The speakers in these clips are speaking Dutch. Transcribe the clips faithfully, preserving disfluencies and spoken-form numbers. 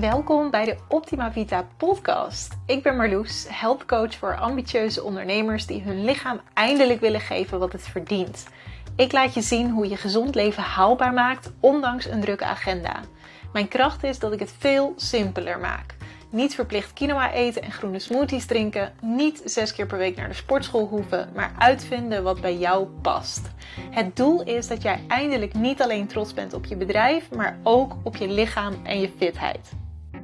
Welkom bij de Optima Vita podcast. Ik ben Marloes, helpcoach voor ambitieuze ondernemers die hun lichaam eindelijk willen geven wat het verdient. Ik laat je zien hoe je gezond leven haalbaar maakt, ondanks een drukke agenda. Mijn kracht is dat ik het veel simpeler maak. Niet verplicht quinoa eten en groene smoothies drinken, niet zes keer per week naar de sportschool hoeven, maar uitvinden wat bij jou past. Het doel is dat jij eindelijk niet alleen trots bent op je bedrijf, maar ook op je lichaam en je fitheid.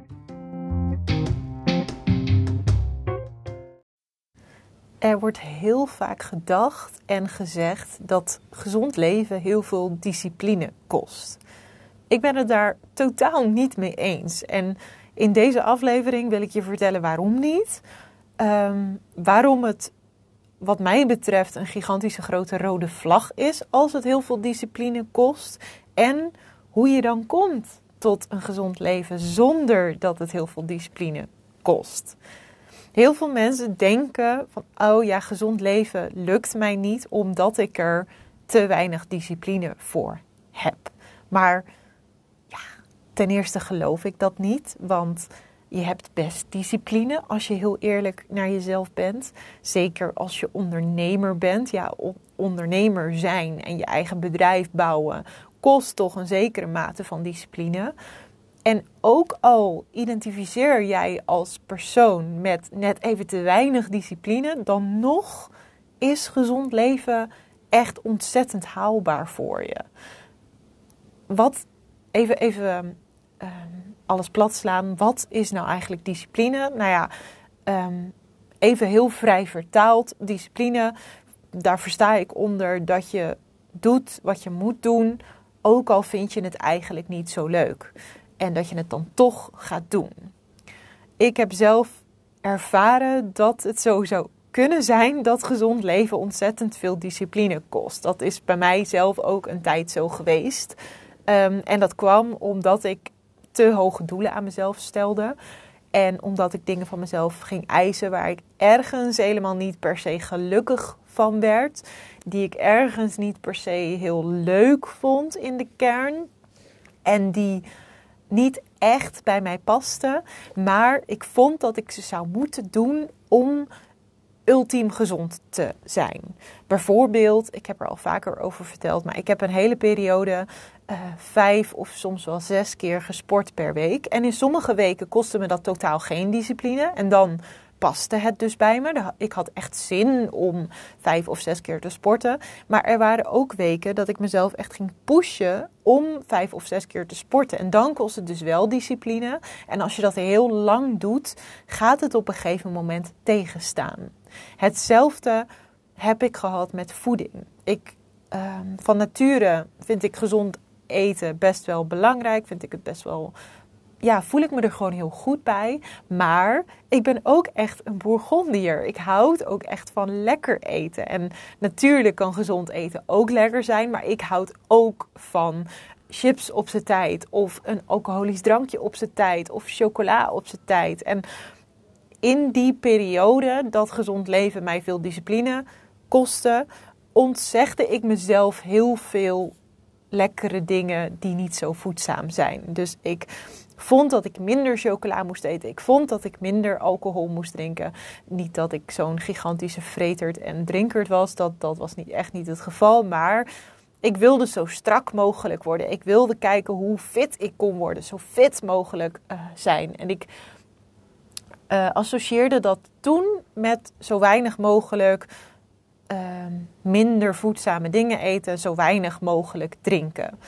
Er wordt heel vaak gedacht en gezegd dat gezond leven heel veel discipline kost. Ik ben het daar totaal niet mee eens. En in deze aflevering wil ik je vertellen waarom niet. Um, waarom het wat mij betreft een gigantische grote rode vlag is als het heel veel discipline kost. En hoe je dan komt tot een gezond leven zonder dat het heel veel discipline kost. Heel veel mensen denken van, oh ja, gezond leven lukt mij niet omdat ik er te weinig discipline voor heb. Maar ja, ten eerste geloof ik dat niet, want je hebt best discipline als je heel eerlijk naar jezelf bent. Zeker als je ondernemer bent. Ja, ondernemer zijn en je eigen bedrijf bouwen kost toch een zekere mate van discipline. En ook al identificeer jij als persoon met net even te weinig discipline, dan nog is gezond leven echt ontzettend haalbaar voor je. Wat, even, even uh, alles plat slaan, wat is nou eigenlijk discipline? Nou ja, um, even heel vrij vertaald, discipline, daar versta ik onder dat je doet wat je moet doen, ook al vind je het eigenlijk niet zo leuk. En dat je het dan toch gaat doen. Ik heb zelf ervaren dat het zo zou kunnen zijn dat gezond leven ontzettend veel discipline kost. Dat is bij mij zelf ook een tijd zo geweest. Um, en dat kwam omdat ik te hoge doelen aan mezelf stelde. En omdat ik dingen van mezelf ging eisen waar ik ergens helemaal niet per se gelukkig van werd. Die ik ergens niet per se heel leuk vond in de kern. En die niet echt bij mij paste, maar ik vond dat ik ze zou moeten doen om ultiem gezond te zijn. Bijvoorbeeld, ik heb er al vaker over verteld, maar ik heb een hele periode uh, vijf of soms wel zes keer gesport per week. En in sommige weken kostte me dat totaal geen discipline. En dan paste het dus bij me. Ik had echt zin om vijf of zes keer te sporten. Maar er waren ook weken dat ik mezelf echt ging pushen om vijf of zes keer te sporten. En dan kost het dus wel discipline. En als je dat heel lang doet, gaat het op een gegeven moment tegenstaan. Hetzelfde heb ik gehad met voeding. Ik, uh, van nature vind ik gezond eten best wel belangrijk. Vind ik het best wel... Ja, voel ik me er gewoon heel goed bij. Maar ik ben ook echt een Bourgondier. Ik houd ook echt van lekker eten. En natuurlijk kan gezond eten ook lekker zijn. Maar ik houd ook van chips op z'n tijd. Of een alcoholisch drankje op z'n tijd. Of chocola op z'n tijd. En in die periode dat gezond leven mij veel discipline kostte, ontzegde ik mezelf heel veel lekkere dingen die niet zo voedzaam zijn. Dus ik vond dat ik minder chocola moest eten. Ik vond dat ik minder alcohol moest drinken. Niet dat ik zo'n gigantische vreterd en drinkerd was. Dat, dat was niet, echt niet het geval. Maar ik wilde zo strak mogelijk worden. Ik wilde kijken hoe fit ik kon worden. Zo fit mogelijk uh, zijn. En ik uh, associeerde dat toen met zo weinig mogelijk uh, minder voedzame dingen eten. Zo weinig mogelijk drinken.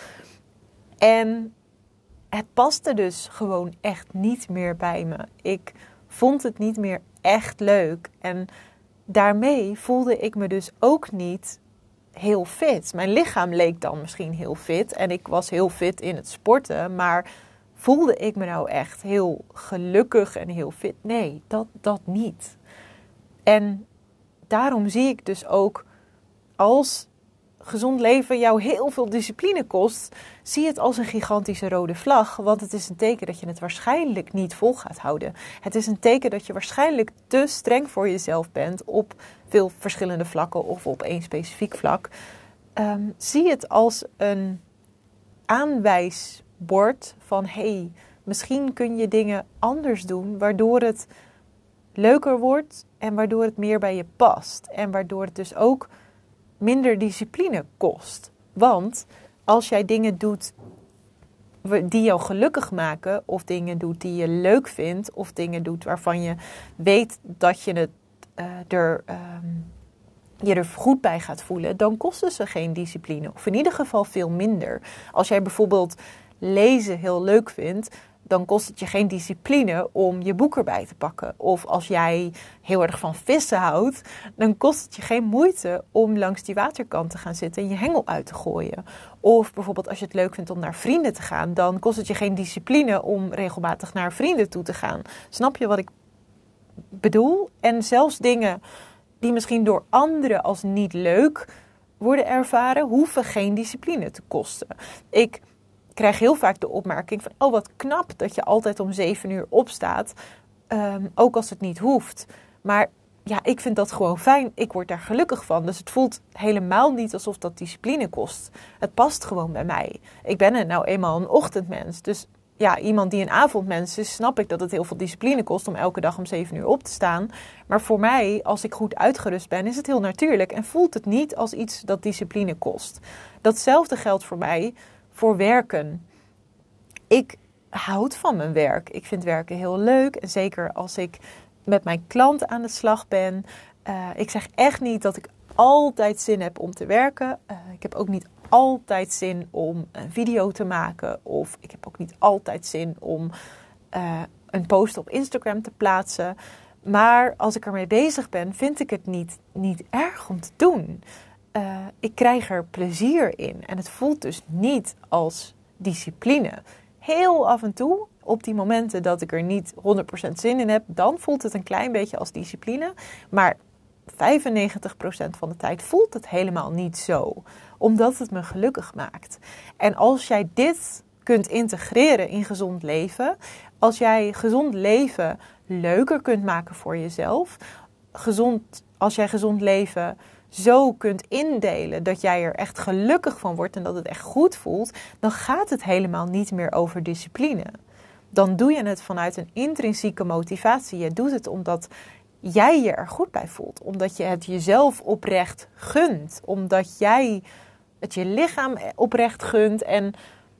En het paste dus gewoon echt niet meer bij me. Ik vond het niet meer echt leuk. En daarmee voelde ik me dus ook niet heel fit. Mijn lichaam leek dan misschien heel fit. En ik was heel fit in het sporten. Maar voelde ik me nou echt heel gelukkig en heel fit? Nee, dat, dat niet. En daarom zie ik dus ook als gezond leven jou heel veel discipline kost, zie het als een gigantische rode vlag. Want het is een teken dat je het waarschijnlijk niet vol gaat houden. Het is een teken dat je waarschijnlijk te streng voor jezelf bent op veel verschillende vlakken of op één specifiek vlak. Um, zie het als een aanwijsbord van hey, Misschien kun je dingen anders doen, waardoor het leuker wordt en waardoor het meer bij je past. En waardoor het dus ook minder discipline kost. Want als jij dingen doet die jou gelukkig maken, of dingen doet die je leuk vindt, of dingen doet waarvan je weet dat je het uh, er, um, je er goed bij gaat voelen, dan kosten ze geen discipline. Of in ieder geval veel minder. Als jij bijvoorbeeld lezen heel leuk vindt, dan kost het je geen discipline om je boek erbij te pakken. Of als jij heel erg van vissen houdt, dan kost het je geen moeite om langs die waterkant te gaan zitten en je hengel uit te gooien. Of bijvoorbeeld als je het leuk vindt om naar vrienden te gaan, dan kost het je geen discipline om regelmatig naar vrienden toe te gaan. Snap je wat ik bedoel? En zelfs dingen die misschien door anderen als niet leuk worden ervaren, hoeven geen discipline te kosten. Ik krijg heel vaak de opmerking van, oh wat knap dat je altijd om zeven uur opstaat, um, ook als het niet hoeft. Maar ja, ik vind dat gewoon fijn. Ik word daar gelukkig van. Dus het voelt helemaal niet alsof dat discipline kost. Het past gewoon bij mij. Ik ben er nou eenmaal een ochtendmens. Dus ja, iemand die een avondmens is, snap ik dat het heel veel discipline kost om elke dag om zeven uur op te staan. Maar voor mij, als ik goed uitgerust ben, is het heel natuurlijk en voelt het niet als iets dat discipline kost. Datzelfde geldt voor mij voor werken. Ik houd van mijn werk. Ik vind werken heel leuk. En zeker als ik met mijn klant aan de slag ben. Uh, ik zeg echt niet dat ik altijd zin heb om te werken. Uh, ik heb ook niet altijd zin om een video te maken. Of ik heb ook niet altijd zin om uh, een post op Instagram te plaatsen. Maar als ik ermee bezig ben, vind ik het niet, niet erg om te doen. Uh, ik krijg er plezier in. En het voelt dus niet als discipline. Heel af en toe, op die momenten dat ik er niet honderd procent zin in heb, dan voelt het een klein beetje als discipline. Maar vijfennegentig procent van de tijd voelt het helemaal niet zo. Omdat het me gelukkig maakt. En als jij dit kunt integreren in gezond leven, als jij gezond leven leuker kunt maken voor jezelf, gezond, als jij gezond leven zo kunt indelen dat jij er echt gelukkig van wordt en dat het echt goed voelt, dan gaat het helemaal niet meer over discipline. Dan doe je het vanuit een intrinsieke motivatie. Je doet het omdat jij je er goed bij voelt. Omdat je het jezelf oprecht gunt. Omdat jij het je lichaam oprecht gunt. En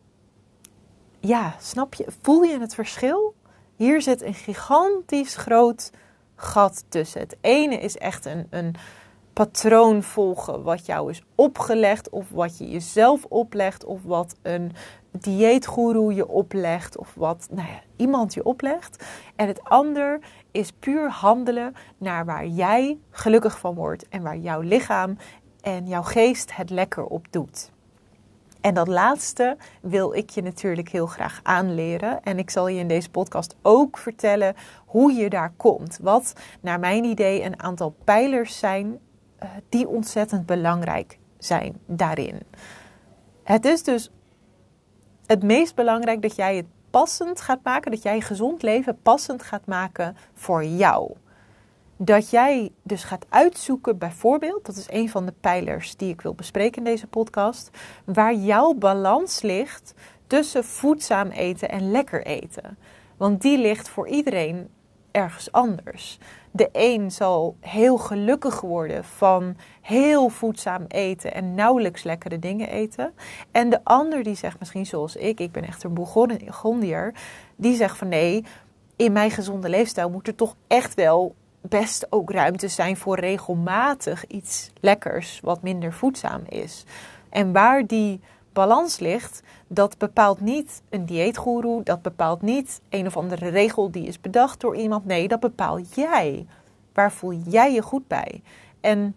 ja, snap je? Voel je het verschil? Hier zit een gigantisch groot gat tussen. Het ene is echt een, een patroon volgen wat jou is opgelegd, of wat je jezelf oplegt, of wat een dieetgoeroe je oplegt, of wat nou ja, iemand je oplegt. En het ander is puur handelen naar waar jij gelukkig van wordt en waar jouw lichaam en jouw geest het lekker op doet. En dat laatste wil ik je natuurlijk heel graag aanleren. En ik zal je in deze podcast ook vertellen hoe je daar komt. Wat naar mijn idee een aantal pijlers zijn uh, die ontzettend belangrijk zijn daarin. Het is dus het meest belangrijk dat jij het passend gaat maken. Dat jij gezond leven passend gaat maken voor jou. Dat jij dus gaat uitzoeken bijvoorbeeld, dat is een van de pijlers die ik wil bespreken in deze podcast, waar jouw balans ligt tussen voedzaam eten en lekker eten. Want die ligt voor iedereen ergens anders. De een zal heel gelukkig worden van heel voedzaam eten en nauwelijks lekkere dingen eten. En de ander die zegt misschien zoals ik, ik ben echt een Bourgondier, die zegt van nee, in mijn gezonde leefstijl moet er toch echt wel best ook ruimte zijn voor regelmatig iets lekkers wat minder voedzaam is. En waar die balans ligt, dat bepaalt niet een dieetgoeroe, dat bepaalt niet een of andere regel die is bedacht door iemand. Nee, dat bepaal jij. Waar voel jij je goed bij? En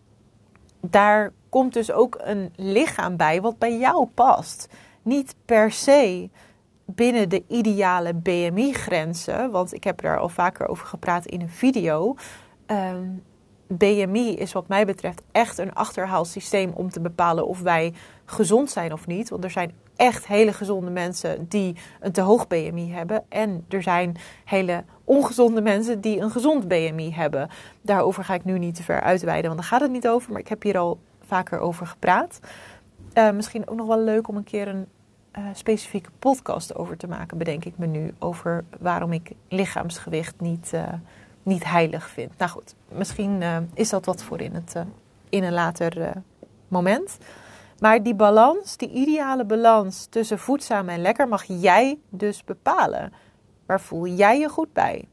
daar komt dus ook een lichaam bij wat bij jou past. Niet per se binnen de ideale B M I-grenzen, want ik heb daar al vaker over gepraat in een video. Um, B M I is wat mij betreft echt een achterhaalsysteem om te bepalen of wij gezond zijn of niet. Want er zijn echt hele gezonde mensen die een te hoog B M I hebben. En er zijn hele ongezonde mensen die een gezond B M I hebben. Daarover ga ik nu niet te ver uitweiden, want daar gaat het niet over. Maar ik heb hier al vaker over gepraat. Uh, misschien ook nog wel leuk om een keer een uh, specifieke podcast over te maken, bedenk ik me nu. Over waarom ik lichaamsgewicht niet, uh, niet heilig vind. Nou goed, misschien uh, is dat wat voor in, het, uh, in een later uh, moment. Maar die balans, die ideale balans tussen voedzaam en lekker mag jij dus bepalen. Waar voel jij je goed bij?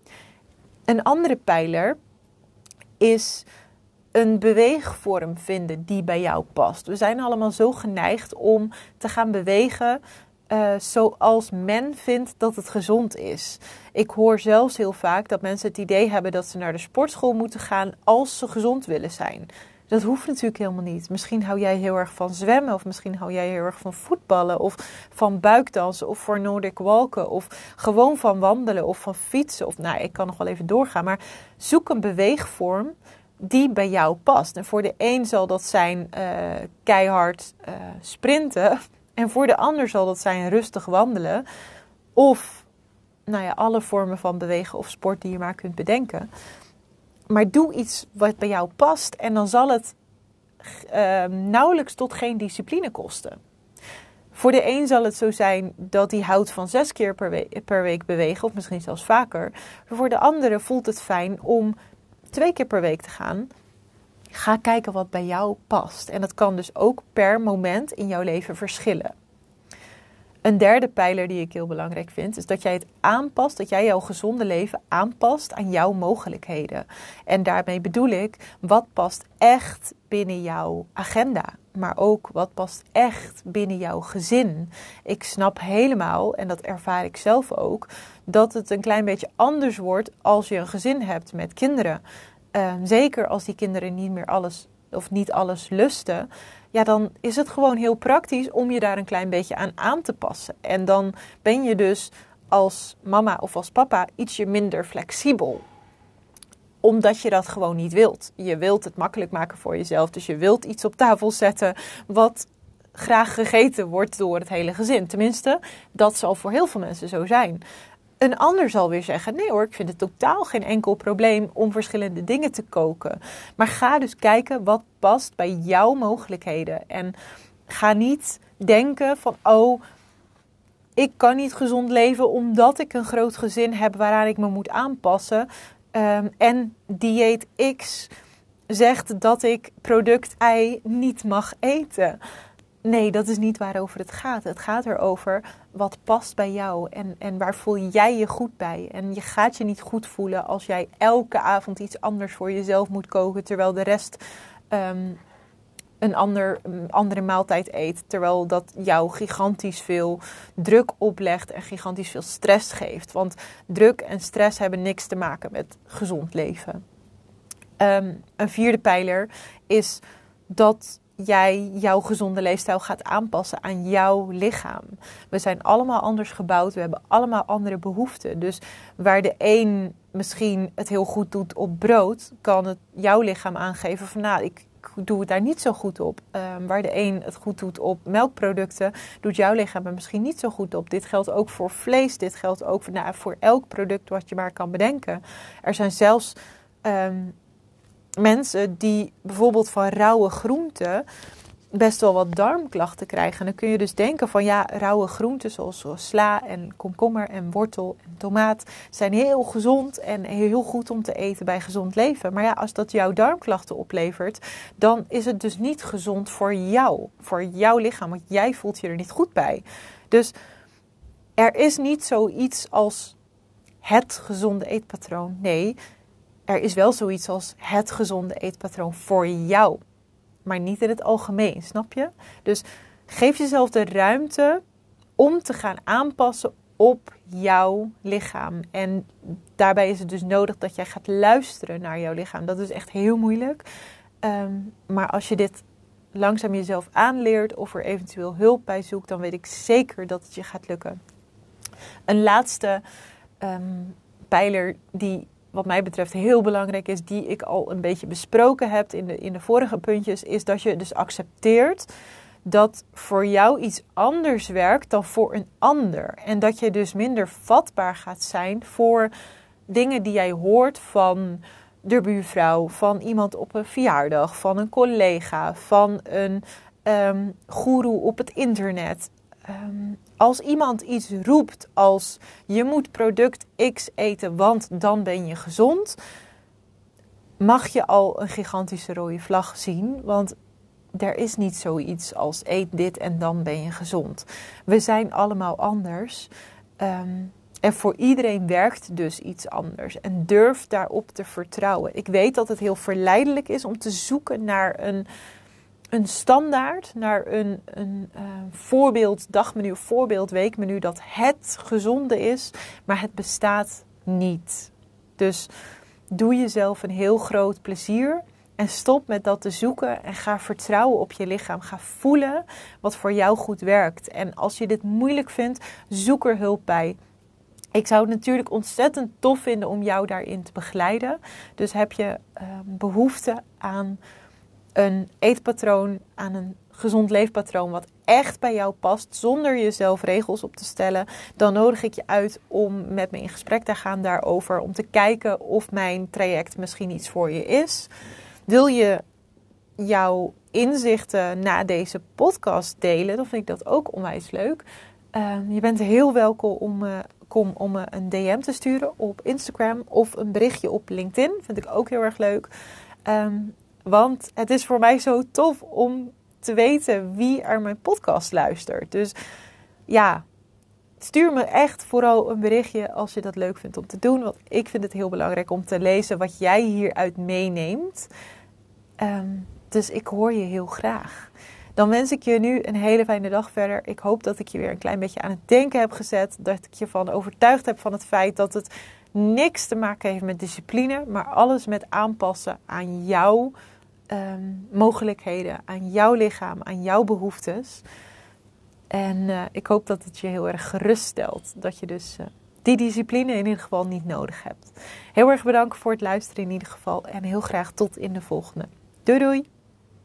Een andere pijler is een beweegvorm vinden die bij jou past. We zijn allemaal zo geneigd om te gaan bewegen uh, zoals men vindt dat het gezond is. Ik hoor zelfs heel vaak dat mensen het idee hebben dat ze naar de sportschool moeten gaan als ze gezond willen zijn. Dat hoeft natuurlijk helemaal niet. Misschien hou jij heel erg van zwemmen, of misschien hou jij heel erg van voetballen, of van buikdansen, of voor Nordic walken, of gewoon van wandelen, of van fietsen. Of nou, ik kan nog wel even doorgaan, maar zoek een beweegvorm die bij jou past. En voor de een zal dat zijn uh, keihard uh, sprinten, en voor de ander zal dat zijn rustig wandelen, of nou ja, alle vormen van bewegen of sport die je maar kunt bedenken. Maar doe iets wat bij jou past en dan zal het uh, nauwelijks tot geen discipline kosten. Voor de een zal het zo zijn dat hij houdt van zes keer per week, per week bewegen, of misschien zelfs vaker. Voor de andere voelt het fijn om twee keer per week te gaan. Ga kijken wat bij jou past. En dat kan dus ook per moment in jouw leven verschillen. Een derde pijler die ik heel belangrijk vind, is dat jij het aanpast, dat jij jouw gezonde leven aanpast aan jouw mogelijkheden. En daarmee bedoel ik, wat past echt binnen jouw agenda? Maar ook, wat past echt binnen jouw gezin? Ik snap helemaal, en dat ervaar ik zelf ook, dat het een klein beetje anders wordt als je een gezin hebt met kinderen. Uh, zeker als die kinderen niet meer alles of niet alles lusten, ja, dan is het gewoon heel praktisch om je daar een klein beetje aan aan te passen. En dan ben je dus als mama of als papa ietsje minder flexibel. Omdat je dat gewoon niet wilt. Je wilt het makkelijk maken voor jezelf. Dus je wilt iets op tafel zetten wat graag gegeten wordt door het hele gezin. Tenminste, dat zal voor heel veel mensen zo zijn. Een ander zal weer zeggen, nee hoor, ik vind het totaal geen enkel probleem om verschillende dingen te koken. Maar ga dus kijken wat past bij jouw mogelijkheden. En ga niet denken van, oh, ik kan niet gezond leven omdat ik een groot gezin heb waaraan ik me moet aanpassen. Um, en dieet X zegt dat ik product Y niet mag eten. Nee, dat is niet waarover het gaat. Het gaat erover wat past bij jou en, en waar voel jij je goed bij. En je gaat je niet goed voelen als jij elke avond iets anders voor jezelf moet koken, terwijl de rest um, een, ander, een andere maaltijd eet. Terwijl dat jou gigantisch veel druk oplegt en gigantisch veel stress geeft. Want druk en stress hebben niks te maken met gezond leven. Um, een vierde pijler is dat jij jouw gezonde leefstijl gaat aanpassen aan jouw lichaam. We zijn allemaal anders gebouwd. We hebben allemaal andere behoeften. Dus waar de een misschien het heel goed doet op brood, kan het jouw lichaam aangeven van, nou, ik doe het daar niet zo goed op. Um, waar de een het goed doet op melkproducten, doet jouw lichaam er misschien niet zo goed op. Dit geldt ook voor vlees. Dit geldt ook voor, nou, voor elk product wat je maar kan bedenken. Er zijn zelfs Um, mensen die bijvoorbeeld van rauwe groenten best wel wat darmklachten krijgen. En dan kun je dus denken van ja, rauwe groenten zoals, zoals sla en komkommer en wortel en tomaat zijn heel gezond en heel goed om te eten bij gezond leven. Maar ja, als dat jouw darmklachten oplevert, dan is het dus niet gezond voor jou, voor jouw lichaam, want jij voelt je er niet goed bij. Dus er is niet zoiets als het gezonde eetpatroon. Nee, er is wel zoiets als het gezonde eetpatroon voor jou. Maar niet in het algemeen, snap je? Dus geef jezelf de ruimte om te gaan aanpassen op jouw lichaam. En daarbij is het dus nodig dat jij gaat luisteren naar jouw lichaam. Dat is echt heel moeilijk. Um, maar als je dit langzaam jezelf aanleert of er eventueel hulp bij zoekt, dan weet ik zeker dat het je gaat lukken. Een laatste um, pijler die wat mij betreft heel belangrijk is, die ik al een beetje besproken heb in de, in de vorige puntjes, is dat je dus accepteert dat voor jou iets anders werkt dan voor een ander. En dat je dus minder vatbaar gaat zijn voor dingen die jij hoort van de buurvrouw, van iemand op een verjaardag, van een collega, van een um, goeroe op het internet. Um, als iemand iets roept als je moet product X eten, want dan ben je gezond, mag je al een gigantische rode vlag zien. Want er is niet zoiets als eet dit en dan ben je gezond. We zijn allemaal anders. Um, en voor iedereen werkt dus iets anders. En durf daarop te vertrouwen. Ik weet dat het heel verleidelijk is om te zoeken naar een, een standaard. Naar een, een uh, voorbeeld dagmenu of voorbeeld weekmenu dat het gezonde is. Maar het bestaat niet. Dus doe jezelf een heel groot plezier. En stop met dat te zoeken en ga vertrouwen op je lichaam. Ga voelen wat voor jou goed werkt. En als je dit moeilijk vindt, zoek er hulp bij. Ik zou het natuurlijk ontzettend tof vinden om jou daarin te begeleiden. Dus heb je uh, behoefte aan een eetpatroon, aan een gezond leefpatroon wat echt bij jou past, zonder jezelf regels op te stellen, dan nodig ik je uit om met me in gesprek te gaan daarover. Om te kijken of mijn traject misschien iets voor je is. Wil je jouw inzichten na deze podcast delen, dan vind ik dat ook onwijs leuk. Uh, je bent heel welkom om, uh, kom om me een D M te sturen op Instagram of een berichtje op LinkedIn. Vind ik ook heel erg leuk. Um, want het is voor mij zo tof om te weten wie er mijn podcast luistert. Dus ja, stuur me echt vooral een berichtje als je dat leuk vindt om te doen. Want ik vind het heel belangrijk om te lezen wat jij hieruit meeneemt. Um, dus ik hoor je heel graag. Dan wens ik je nu een hele fijne dag verder. Ik hoop dat ik je weer een klein beetje aan het denken heb gezet. Dat ik je van overtuigd heb van het feit dat het niks te maken heeft met discipline. Maar alles met aanpassen aan jouw um, mogelijkheden. Aan jouw lichaam, aan jouw behoeftes. En uh, ik hoop dat het je heel erg geruststelt. Dat je dus uh, die discipline in ieder geval niet nodig hebt. Heel erg bedankt voor het luisteren in ieder geval. En heel graag tot in de volgende. Doei doei!